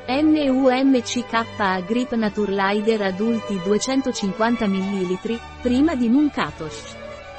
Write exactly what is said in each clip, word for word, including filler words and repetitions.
NUMCK Grip Naturlider adulti duecentocinquanta millilitri, prima di Nuncatosh.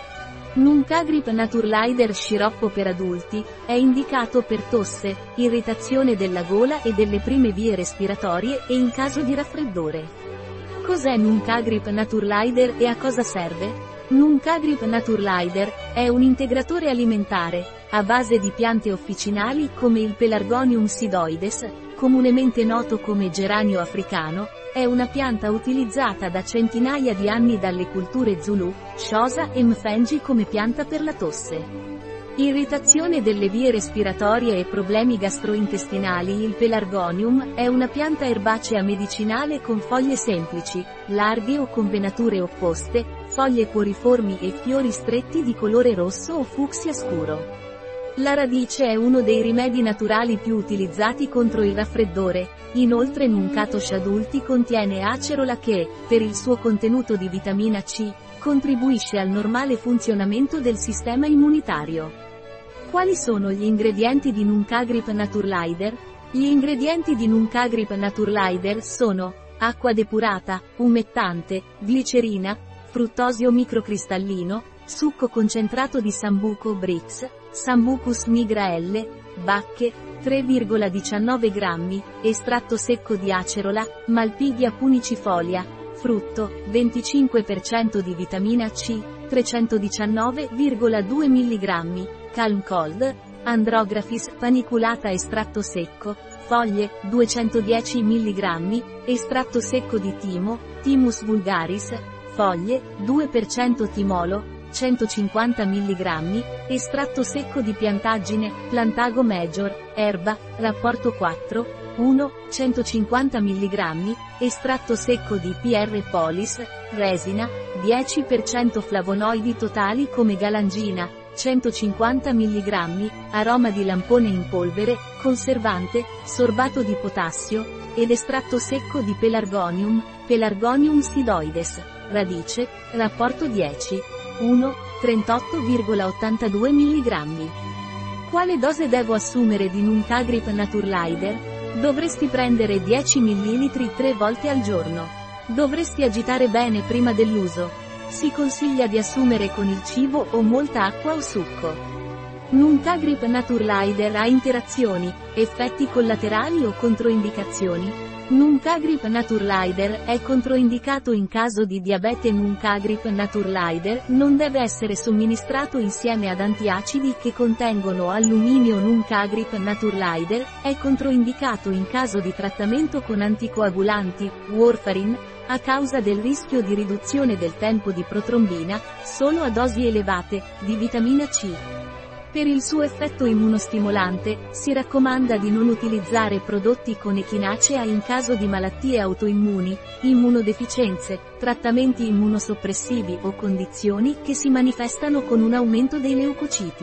Nuncagrip Naturlider sciroppo per adulti, è indicato per tosse, irritazione della gola e delle prime vie respiratorie e in caso di raffreddore. Cos'è Nuncagrip Naturlider e a cosa serve? Nuncagrip Naturlider è un integratore alimentare, a base di piante officinali come il Pelargonium sidoides, comunemente noto come geranio africano, è una pianta utilizzata da centinaia di anni dalle culture Zulu, Xhosa e Mfengi come pianta per la tosse. Irritazione delle vie respiratorie e problemi gastrointestinali. Il Pelargonium è una pianta erbacea medicinale con foglie semplici, larghe o con venature opposte, foglie cuoriformi e fiori stretti di colore rosso o fucsia scuro. La radice è uno dei rimedi naturali più utilizzati contro il raffreddore. Inoltre Nuncatosh adulti contiene acerola che, per il suo contenuto di vitamina C, contribuisce al normale funzionamento del sistema immunitario. Quali sono gli ingredienti di Nuncagrip Naturlider? Gli ingredienti di Nuncagrip Naturlider sono acqua depurata, umettante, glicerina, fruttosio microcristallino, succo concentrato di Sambuco Brix, Sambucus nigra L, bacche, tre virgola diciannove grammi, estratto secco di acerola, Malpiglia punicifolia, frutto, venticinque per cento di vitamina C, trecentodiciannove virgola due milligrammi, Calm Cold, Andrographis paniculata estratto secco, foglie, duecentodieci milligrammi, estratto secco di timo, Thymus vulgaris, foglie, due per cento timolo, centocinquanta milligrammi, estratto secco di piantaggine, Plantago major, erba, rapporto quattro, uno, centocinquanta milligrammi, estratto secco di P R polis, resina, dieci per cento flavonoidi totali come galangina, centocinquanta milligrammi, aroma di lampone in polvere, conservante, sorbato di potassio, ed estratto secco di Pelargonium, Pelargonium sidoides, radice, rapporto dieci, uno, trentotto virgola ottantadue milligrammi. Quale dose devo assumere di Nuncagrip Naturlider? Dovresti prendere dieci millilitri tre volte al giorno. Dovresti agitare bene prima dell'uso. Si consiglia di assumere con il cibo o molta acqua o succo. Nuncagrip Naturlider ha interazioni, effetti collaterali o controindicazioni? Nuncagrip Naturlider è controindicato in caso di diabete. Nuncagrip Naturlider non deve essere somministrato insieme ad antiacidi che contengono alluminio. Nuncagrip Naturlider è controindicato in caso di trattamento con anticoagulanti, warfarin, a causa del rischio di riduzione del tempo di protrombina, solo a dosi elevate, di vitamina C. Per il suo effetto immunostimolante, si raccomanda di non utilizzare prodotti con echinacea in caso di malattie autoimmuni, immunodeficienze, trattamenti immunosoppressivi o condizioni che si manifestano con un aumento dei leucociti.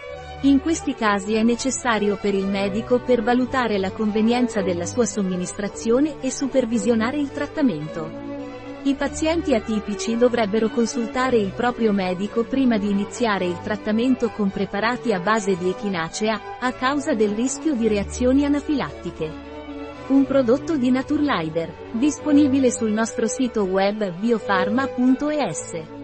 In questi casi è necessario per il medico per valutare la convenienza della sua somministrazione e supervisionare il trattamento. I pazienti atipici dovrebbero consultare il proprio medico prima di iniziare il trattamento con preparati a base di echinacea, a causa del rischio di reazioni anafilattiche. Un prodotto di Naturlider, disponibile sul nostro sito web biofarma punto es.